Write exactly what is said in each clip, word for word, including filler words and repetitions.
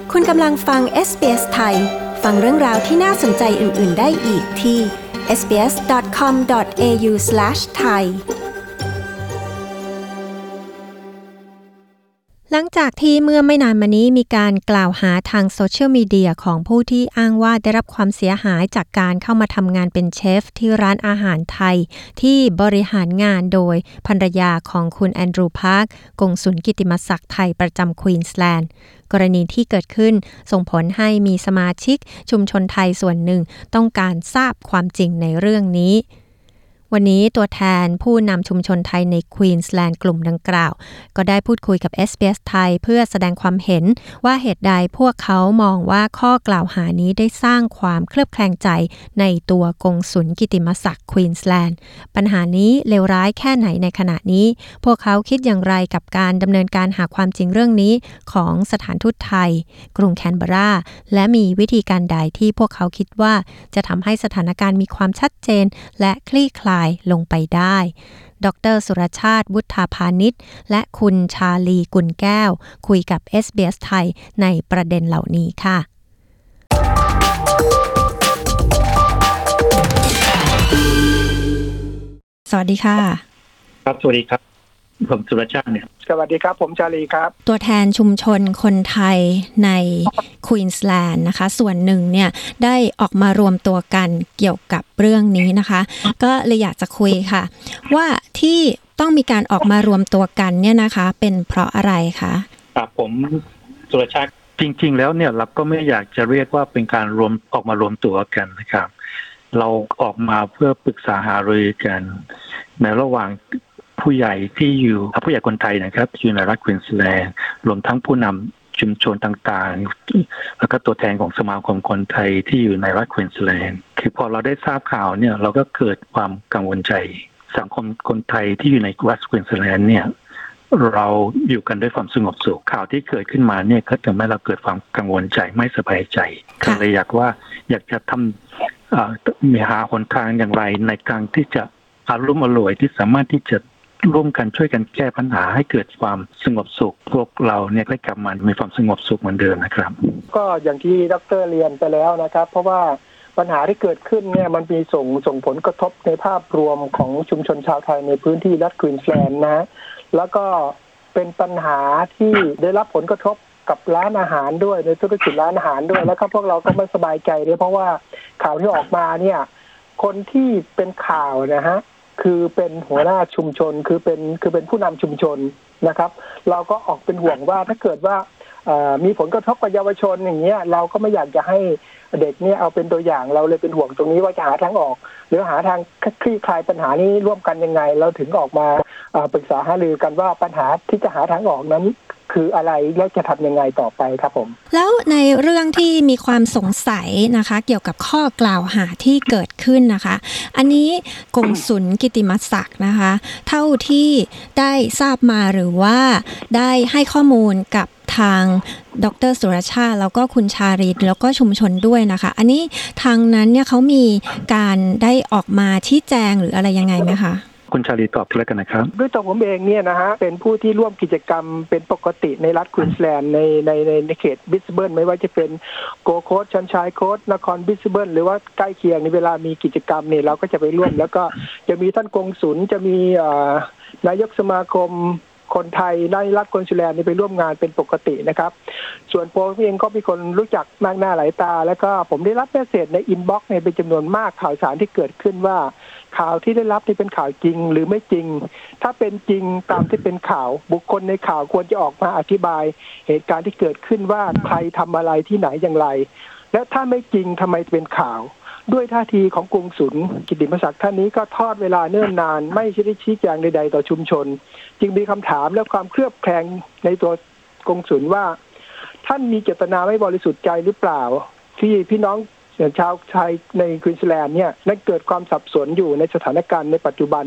คุณกำลังฟัง เอส บี เอส ไทยฟังเรื่องราวที่น่าสนใจอื่นๆได้อีกที่ เอส บี เอส ดอท คอม ดอท เอ ยู สแลช ไทยหลังจากที่เมื่อไม่นานมานี้มีการกล่าวหาทางโซเชียลมีเดียของผู้ที่อ้างว่าได้รับความเสียหายจากการเข้ามาทำงานเป็นเชฟที่ร้านอาหารไทยที่บริหารงานโดยภรรยาของคุณแอนดรูว์พาร์คกงสุลกิตติมศักดิ์ไทยประจำควีนสแลนด์กรณีที่เกิดขึ้นส่งผลให้มีสมาชิกชุมชนไทยส่วนหนึ่งต้องการทราบความจริงในเรื่องนี้วันนี้ตัวแทนผู้นำชุมชนไทยในควีนสแลนด์กลุ่มดังกล่าวก็ได้พูดคุยกับ เอส บี เอส ไทยเพื่อแสดงความเห็นว่าเหตุใดพวกเขามองว่าข้อกล่าวหานี้ได้สร้างความเคลือบแคลงใจในตัวกงสุลกิตติมศักดิ์ควีนสแลนด์ปัญหานี้เลวร้ายแค่ไหนในขณะนี้พวกเขาคิดอย่างไรกับการดำเนินการหาความจริงเรื่องนี้ของสถานทูตไทยกรุงแคนเบอร์ราและมีวิธีการใดที่พวกเขาคิดว่าจะทำให้สถานการณ์มีความชัดเจนและคลี่คลายลงไปได้ดร.สุรชาติวุฒาพานิชและคุณชาลีกุลแก้วคุยกับ เอส บี เอส ไทยในประเด็นเหล่านี้ค่ะสวัสดีค่ะครับสวัสดีครับผมสุรชาติเนี่ยสวัสดีครับผมชาลีครับตัวแทนชุมชนคนไทยในควีนสแลนด์นะคะส่วนหนึ่งเนี่ยได้ออกมารวมตัวกันเกี่ยวกับเรื่องนี้นะคะก็เลยอยากจะคุยค่ะว่าที่ต้องมีการออกมารวมตัวกันเนี่ยนะคะเป็นเพราะอะไรคะครับผมสุรชาติจริงๆแล้วเนี่ยเราก็ไม่อยากจะเรียกว่าเป็นการรวมออกมารวมตัวกันนะครับเราออกมาเพื่อปรึกษาหารือกันในระหว่างผู้ใหญ่ที่อยู่ผู้ใหญ่คนไทยนะครับอยู่ในรัฐควีนสแลนด์รวมทั้งผู้นำชุมชนต่างๆแล้วก็ตัวแทนของสมาคมคนไทยที่อยู่ในรัฐควีนสแลนด์คือพอเราได้ทราบข่าวเนี่ยเราก็เกิดความกังวลใจสังคมคนไทยที่อยู่ในรัฐควีนสแลนด์เนี่ยเราอยู่กันด้วยความสงบสุขข่าวที่เกิดขึ้นมาเนี่ยก็ทำให้เราเกิดความกังวลใจไม่สบายใจก็เลยอยากว่าอยากจะทำมีหาหนทางอย่างไรในการที่จะอารุ่มอร่วยที่สามารถที่จะร่วมกันช่วยกันแก้ปัญหาให้เกิดความสงบสุขพวกเราเนี่ยได้กลับมามีความสงบสุขเหมือนเดิมนะครับก็อย่างที่ดร.เรียนไปแล้วนะครับเพราะว่าปัญหาที่เกิดขึ้นเนี่ยมันมีส่งส่งผลกระทบในภาพรวมของชุมชนชาวไทยในพื้นที่รัฐควีนสแลนด์นะแล้วก็เป็นปัญหาที่ได้รับผลกระทบกับร้านอาหารด้วยในธุรกิจร้านอาหารด้วยแล้วก็พวกเราก็ไม่สบายใจด้วยเพราะว่าข่าวที่ออกมาเนี่ยคนที่เป็นข่าวนะฮะคือเป็นหัวหน้าชุมชนคือเป็นคือเป็นผู้นำชุมชนนะครับเราก็ออกเป็นห่วงว่าถ้าเกิดว่ามีผลกระทบกับเยาวชนอย่างเงี้ยเราก็ไม่อยากจะให้เด็กเนี่ยเอาเป็นตัวอย่างเราเลยเป็นห่วงตรงนี้ว่าจะหาทางออกหรือหาทางคลี่คลายปัญหานี้ร่วมกันยังไงเราถึงออกมาปรึกษาหารือกันว่าปัญหาที่จะหาทางออกนั้นคืออะไรแล้วจะทำยังไงต่อไปครับผมแล้วในเรื่องที่มีความสงสัยนะคะเกี่ยวกับข้อกล่าวหาที่เกิดขึ้นนะคะอันนี้กงสุลกิตติมศักดิ์นะคะเท่าที่ได้ทราบมาหรือว่าได้ให้ข้อมูลกับทางดร.สุรชาติแล้วก็คุณชาลีแล้วก็ชุมชนด้วยนะคะอันนี้ทางนั้นเนี่ยเขามีการได้ออกมาชี้แจงหรืออะไรยังไงไหมคะคุณชาลีตอบแล้วกันนะครับด้วยตัวผมเองเนี่ยนะฮะเป็นผู้ที่ร่วมกิจกรรมเป็นปกติในรัฐควีนสแลนด์ในในในในเขตบิสเบิร์นไม่ว่าจะเป็นโกโคสชันชัยโคสนครบิสเบิร์นหรือว่าใกล้เคียงในเวลามีกิจกรรมเนี่ยเราก็จะไปร่วมแล้วก็จะมีท่านกงสุลจะมีนายกสมาคมคนไทยในรัฐควีนสแลนด์นี่ไปร่วมงานเป็นปกตินะครับส่วนผมเองก็มีคนรู้จักมากหน้าหลายตาแล้วก็ผมได้รับเมสเสจในอินบ็อกซ์เนี่ยเป็นจำนวนมากข่าวสารที่เกิดขึ้นว่าข่าวที่ได้รับที่เป็นข่าวจริงหรือไม่จริงถ้าเป็นจริงตามที่เป็นข่าวบุคคลในข่าวควรจะออกมาอธิบายเหตุการณ์ที่เกิดขึ้นว่าใครทำอะไรที่ไหนอย่างไรและถ้าไม่จริงทำไมเป็นข่าวด้วยท่าทีของกงสุลกิตติมศักดิ์ท่านนี้ก็ทอดเวลาเนิ่นนานไม่ได้ชี้แจงใดๆต่อชุมชนจึงมีคำถามและความเครือบแคลงในตัวกงสุลว่าท่านมีเจตนาไม่บริสุทธิ์ใจหรือเปล่าที่พี่น้องชาวไทยในควีนสแลนด์เนี่ยนั้นเกิดความสับสนอยู่ในสถานการณ์ในปัจจุบันเนี่ย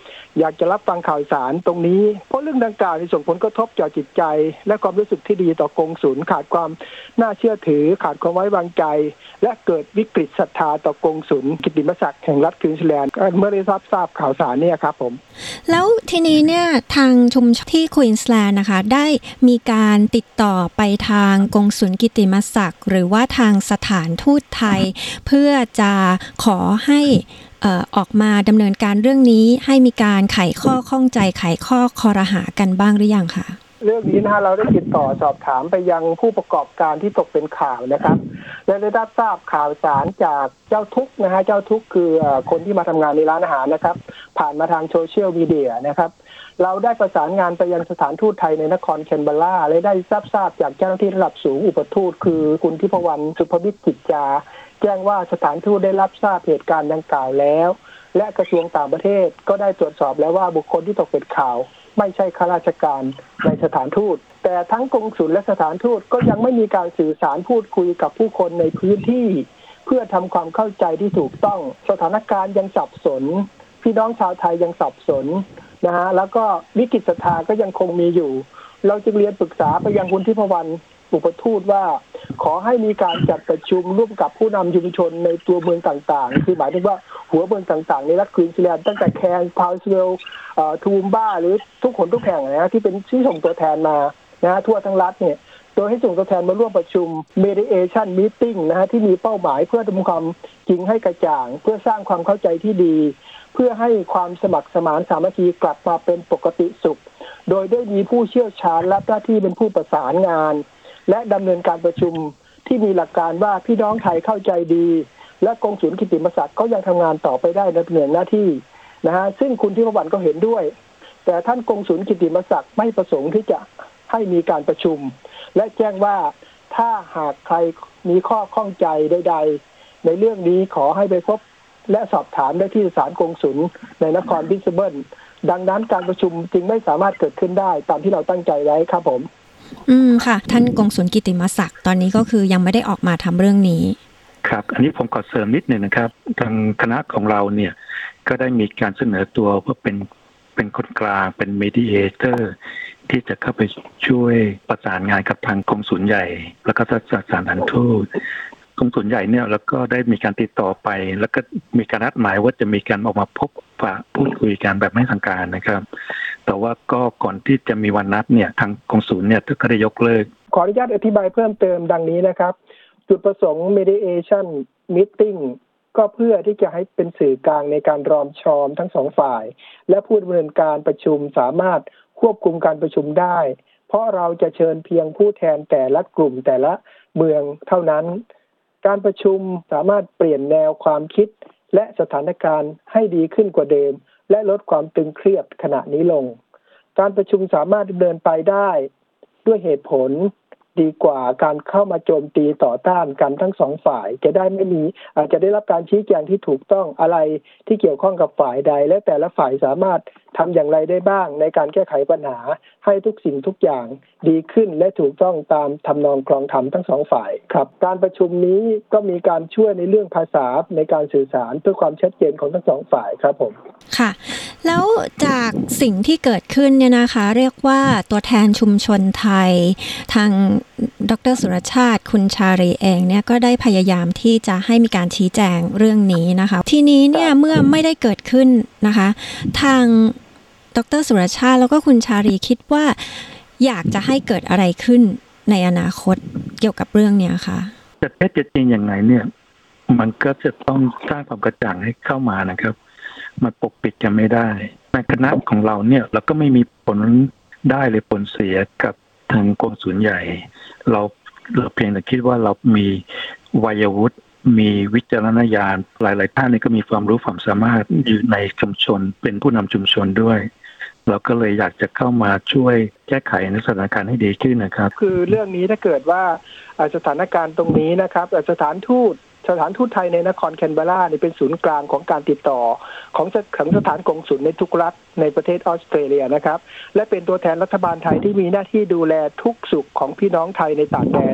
อยากจะรับฟังข่าวสารตรงนี้เพราะเรื่องดังกล่าวส่งผลกระทบต่อจิตใจและความรู้สึกที่ดีต่อกงสุลขาดความน่าเชื่อถือขาดความไว้วางใจและเกิดวิกฤตศรัทธาต่อกงสุลกิตติมศักดิ์แห่งรัฐควีนสแลนด์เมื่อได้รับทราบข่าวสารเนี่ยครับผมแล้วทีนี้เนี่ยทางชุมชนที่ควีนสแลนด์นะคะได้มีการติดต่อไปทางกงสุลกิตติมศักดิ์หรือว่าทางสถานทูตไทยเพื่อจะขอให้เอ่อออกมาดำเนินการเรื่องนี้ให้มีการไขข้อข้องใจไขข้อคอรหากันบ้างหรือยังคะเรื่องนี้นะฮะเราได้ติดต่อสอบถามไปยังผู้ประกอบการที่ตกเป็นข่าวนะครับและได้รับทราบข่าวสารจากเจ้าทุกข์นะฮะเจ้าทุกข์คือคนที่มาทำงานในร้านอาหารนะครับผ่านมาทางโซเชียลมีเดียนะครับเราได้ประสานงานไปยังสถานทูตไทยในนครแคนเบอร์ราและได้ทราบทราบจากเจ้าหน้าที่ระดับสูงอุปทูตคือคุณทิพวรรณสุภวิทย์จิตจาแจ้งว่าสถานทูตได้รับทราบเหตุการณ์ดังกล่าวแล้วและกระทรวงต่างประเทศก็ได้ตรวจสอบแล้วว่าบุคคลที่ตกเป็นข่าวไม่ใช่ข้าราชการในสถานทูตแต่ทั้งกงสุลและสถานทูตก็ยังไม่มีการสื่อสารพูดคุยกับผู้คนในพื้นที่เพื่อทำความเข้าใจที่ถูกต้องสถานการณ์ยังสับสนพี่น้องชาวไทยยังสับสนนะฮะแล้วก็วิกฤตศรัทธาก็ยังคงมีอยู่เราจึงเรียนปรึกษาไปยังคุณทิพวรรณอุปทูตว่าขอให้มีการจัดประชุมร่วมกับผู้นำชุมชนในตัวเมืองต่างๆคือหมายถึงว่าหัวเมืองต่างๆในรัฐควีนสแลนด์ตั้งแต่แคนพาวเซลทูมบ้าหรือทุกคนทุกแห่งนะที่เป็นที่ส่งตัวแทนมานะทั่วทั้งรัฐเนี่ยโดยให้ส่งตัวแทนมาร่วมประชุม mediation meeting นะฮะที่มีเป้าหมายเพื่อทำความจริงให้กระจ่างเพื่อสร้างความเข้าใจที่ดีเพื่อให้ความสมัครสมานสามัคคีกลับมาเป็นปกติสุขโดยได้มีผู้เชี่ยวชาญและหน้าที่เป็นผู้ประสานงานและดำเนินการประชุมที่มีหลักการว่าพี่น้องไทยเข้าใจดีและกงสุลกิตติมศักดิ์ก็ยังทำงานต่อไปได้ดำเนินหน้าที่นะฮะซึ่งคุณทิพวรรณก็เห็นด้วยแต่ท่านกงสุลกิตติมศักดิ์ไม่ประสงค์ที่จะให้มีการประชุมและแจ้งว่าถ้าหากใครมีข้อข้องใจใดๆในเรื่องนี้ขอให้ไปพบและสอบถามได้ที่ศาลกงสุลในนครบริสเบิร์นดังนั้นการประชุมจึงไม่สามารถเกิดขึ้นได้ตามที่เราตั้งใจไว้ครับผมอืมค่ะท่านกงสุลกิตติมศักดิ์ตอนนี้ก็คือยังไม่ได้ออกมาทำเรื่องนี้ครับอันนี้ผมขอเสริมนิดหนึ่งนะครับทางคณะของเราเนี่ยก็ได้มีการเสนอตัวเพื่อเป็นเป็นคนกลางเป็น mediator ที่จะเข้าไปช่วยประสานงานกับทางกงสุลใหญ่แล้วก็สถานทูตกงสุลใหญ่เนี่ยแล้วก็ได้มีการติดต่อไปแล้วก็มีการนัดหมายว่าจะมีการออกมาพบปะพูดคุยกันแบบไม่ทางการนะครับแต่ว่าก็ก่อนที่จะมีวันนัดเนี่ยทางกงสุลเนี่ยก็ได้ยกเลิกขออนุญาตอธิบายเพิ่มเติมดังนี้นะครับจุดประสงค์ mediation meeting ก็เพื่อที่จะให้เป็นสื่อกลางในการรอมชอมทั้งสองฝ่ายและผู้ดำเนินการประชุมสามารถควบคุมการประชุมได้เพราะเราจะเชิญเพียงผู้แทนแต่ละกลุ่มแต่ละเมืองเท่านั้นการประชุมสามารถเปลี่ยนแนวความคิดและสถานการณ์ให้ดีขึ้นกว่าเดิมและลดความตึงเครียดขณะนี้ลงการประชุมสามารถดำเนินไปได้ด้วยเหตุผลดีกว่าการเข้ามาโจมตีต่อต้านกันทั้งสองฝ่ายจะได้ไม่มีอาจจะได้รับการชี้แจงที่ถูกต้องอะไรที่เกี่ยวข้องกับฝ่ายใดและแต่ละฝ่ายสามารถทำอย่างไรได้บ้างในการแก้ไขปัญหาให้ทุกสิ่งทุกอย่างดีขึ้นและถูกต้องตามทำนองครองธรรมทั้งสองฝ่ายครับการประชุมนี้ก็มีการช่วยในเรื่องภาษาในการสื่อสารเพื่อความชัดเจนของทั้งสองฝ่ายครับผมค่ะแล้วจากสิ่งที่เกิดขึ้นเนี่ยนะคะเรียกว่าตัวแทนชุมชนไทยทางดร.สุรชาติคุณชารีเองเนี่ยก็ได้พยายามที่จะให้มีการชี้แจงเรื่องนี้นะคะทีนี้เนี่ยเมื่อไม่ได้เกิดขึ้นนะคะทางดร.สุรชาติแล้วก็คุณชารีคิดว่าอยากจะให้เกิดอะไรขึ้นในอนาคตเกี่ยวกับเรื่องเนี้ยค่ะแต่แท้จริงอย่างไรเนี่ยมันก็จะต้องสร้างความกระจ่างให้เข้ามานะครับมันปกปิดกันไม่ได้ในคณะของเราเนี่ยเราก็ไม่มีผลได้หรือผลเสียกับทางกงสุลใหญ่เราเราเพียงแต่คิดว่าเรามีวัยวุฒิมีวิจารณญาณหลายๆท่านนี่ก็มีความรู้ความสามารถอยู่ในชุมชนเป็นผู้นำชุมชนด้วยเราก็เลยอยากจะเข้ามาช่วยแก้ไขในสถานการณ์ให้ดีขึ้นนะครับคือเรื่องนี้ถ้าเกิดว่าสถานการณ์ตรงนี้นะครับสถานทูตสถานทูตไทยในนครแคนเบอร์ราเป็นศูนย์กลางของการติดต่อของของสถานกงสุลในทุกรัฐในประเทศออสเตรเลียนะครับและเป็นตัวแทนรัฐบาลไทยที่มีหน้าที่ดูแลทุกสุขของพี่น้องไทยในต่างแดน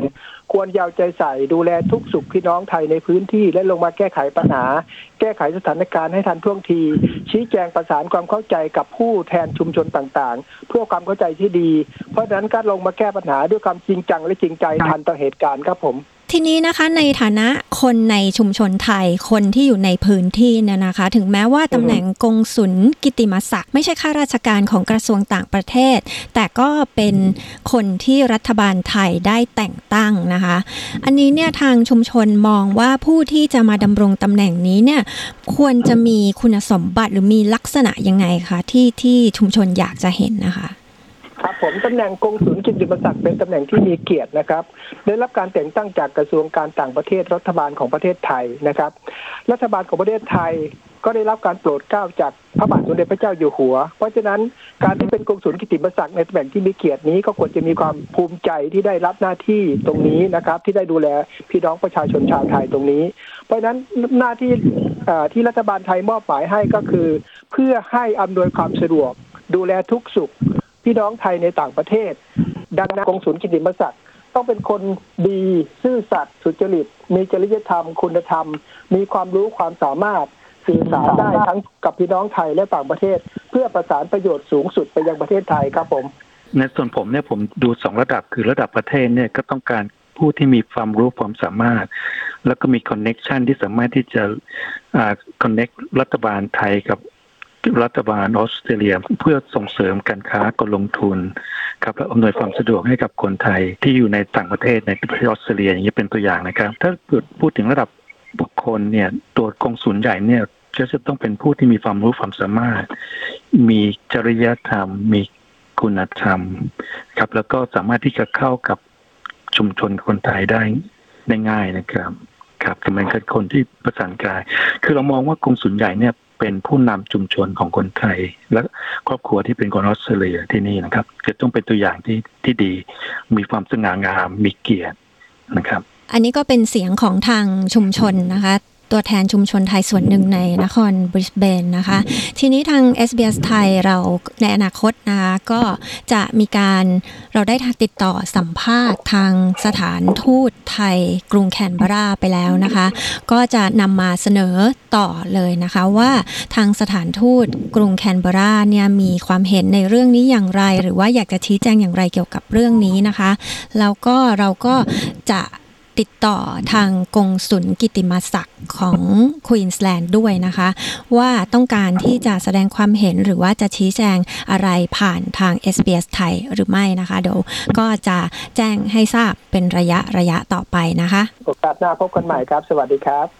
ควรเอาใจใส่ดูแลทุกสุขพี่น้องไทยในพื้นที่และลงมาแก้ไขปัญหาแก้ไขสถานการณ์ให้ทันท่วงทีชี้แจงประสานความเข้าใจกับผู้แทนชุมชนต่างๆเพื่อความเข้าใจที่ดีเพราะฉะนั้นการลงมาแก้ปัญหาด้วยความจริงจังและจริงใจทันต่อเหตุการณ์ครับผมทีนี้นะคะในฐานะคนในชุมชนไทยคนที่อยู่ในพื้นที่เนี่ยนะคะถึงแม้ว่าตำแหน่งกงสุลกิตติมศักดิ์ไม่ใช่ข้าราชการของกระทรวงต่างประเทศแต่ก็เป็นคนที่รัฐบาลไทยได้แต่งตั้งนะคะอันนี้เนี่ยทางชุมชนมองว่าผู้ที่จะมาดำรงตำแหน่งนี้เนี่ยควรจะมีคุณสมบัติหรือมีลักษณะยังไงคะที่ที่ชุมชนอยากจะเห็นนะคะครับผมตำแหน่งกงสุลกิตติมศักดิ์เป็นตำแหน่งที่มีเกียรตินะครับได้รับการแต่งตั้งจากกระทรวงการต่างประเทศรัฐบาลของประเทศไทยนะครับรัฐบาลของประเทศไทยก็ได้รับการโปรดเกล้าจากพระบาทสมเด็จพระเจ้าอยู่หัวเพราะฉะนั้นการที่เป็นกงสุลกิตติมศักดิ์ในตำแหน่งที่มีเกียรตินี้ก็ควรจะมีความภูมิใจที่ได้รับหน้าที่ตรงนี้นะครับที่ได้ดูแลพี่น้องประชาชนชาวไทยตรงนี้เพราะฉะนั้นหน้าที่ที่รัฐบาลไทยมอบหมายให้ก็คือเพื่อให้อำนวยความสะดวกดูแลทุกสุขพี่น้องไทยในต่างประเทศดังนั้นกงสุลกิตติมศักดิ์ต้องเป็นคนดีซื่อสัตย์สุจริตมีจริยธรรมคุณธรรมมีความรู้ความสามารถสื่อสารได้ทั้งกับพี่น้องไทยและต่างประเทศเพื่อประสานประโยชน์สูงสุดไปยังประเทศไทยครับผมในส่วนผมเนี่ยผมดูสองระดับคือระดับประเทศเนี่ยก็ต้องการผู้ที่มีความรู้ความสามารถแล้วก็มีคอนเน็กชันที่สามารถที่จะอ่าคอนเน็กรัฐบาลไทยกับรัฐบาลออสเตรเลียเพื่อส่งเสริมการค้าการลงทุนครับและอำนวยความสะดวกให้กับคนไทยที่อยู่ในต่างประเทศในประเทศออสเตรเลียอย่างนี้เป็นตัวอย่างนะครับถ้าเกิดพูดถึงระดับบุคคลเนี่ยตัวกงสุลใหญ่เนี่ยจะจะต้องเป็นผู้ที่มีความรู้ความสามารถมีจริยธรรมมีคุณธรรมครับแล้วก็สามารถที่จะเข้ากับชุมชนคนไทยได้ได้ง่ายนะครับครับกำลังเป็นคนที่ประสานกายคือเรามองว่ากงสุลใหญ่เนี่ยเป็นผู้นำชุมชนของคนไทยและครอบครัวที่เป็นคนออสเตรเลียที่นี่นะครับจะต้องเป็นตัวอย่างที่ที่ดีมีความสง่างามมีเกียรตินะครับอันนี้ก็เป็นเสียงของทางชุมชนนะคะตัวแทนชุมชนไทยส่วนหนึ่งในนครบริสเบนนะคะทีนี้ทาง เอส บี เอส ไทยเราในอนาคตนะคะก็จะมีการเราได้ติดต่อสัมภาษณ์ทางสถานทูตไทยกรุงแคนเบอร์ราไปแล้วนะคะก็จะนำมาเสนอต่อเลยนะคะว่าทางสถานทูตกรุงแคนเบอร์ราเนี่ยมีความเห็นในเรื่องนี้อย่างไรหรือว่าอยากจะชี้แจงอย่างไรเกี่ยวกับเรื่องนี้นะคะแล้วก็เราก็จะติดต่อทางกงสุลกิตติมศักดิ์ของควีนสแลนด์ด้วยนะคะว่าต้องการที่จะแสดงความเห็นหรือว่าจะชี้แจงอะไรผ่านทาง เอส บี เอส ไทยหรือไม่นะคะเดี๋ยวก็จะแจ้งให้ทราบเป็นระยะระยะต่อไปนะคะโอกาสหน้าพบกันใหม่ครับสวัสดีครับ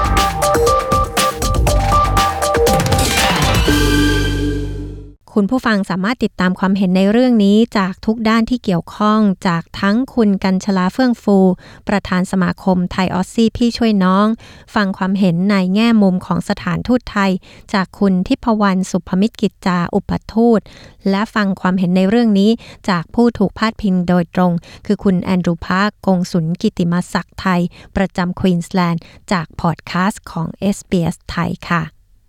คุณผู้ฟังสามารถติดตามความเห็นในเรื่องนี้จากทุกด้านที่เกี่ยวข้องจากทั้งคุณกัญชลาเฟื่องฟูประธานสมาคมไทยออสซี่พี่ช่วยน้องฟังความเห็นในแง่มุมของสถานทูตไทยจากคุณทิพวรรณสุภมิตรกิจจาอุปทูตและฟังความเห็นในเรื่องนี้จากผู้ถูกพาดพิงโดยตรงคือคุณแอนดรูว์พาร์คกงสุลกิตติมศักดิ์ไทยประจำควีนสแลนด์จากพอดแคสต์ของ เอส บี เอส ไทยค่ะ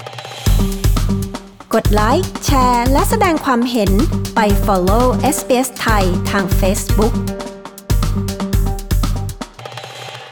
กดไลค์แชร์และแสดงความเห็นไป follow เอส บี เอส ไทยทาง Facebook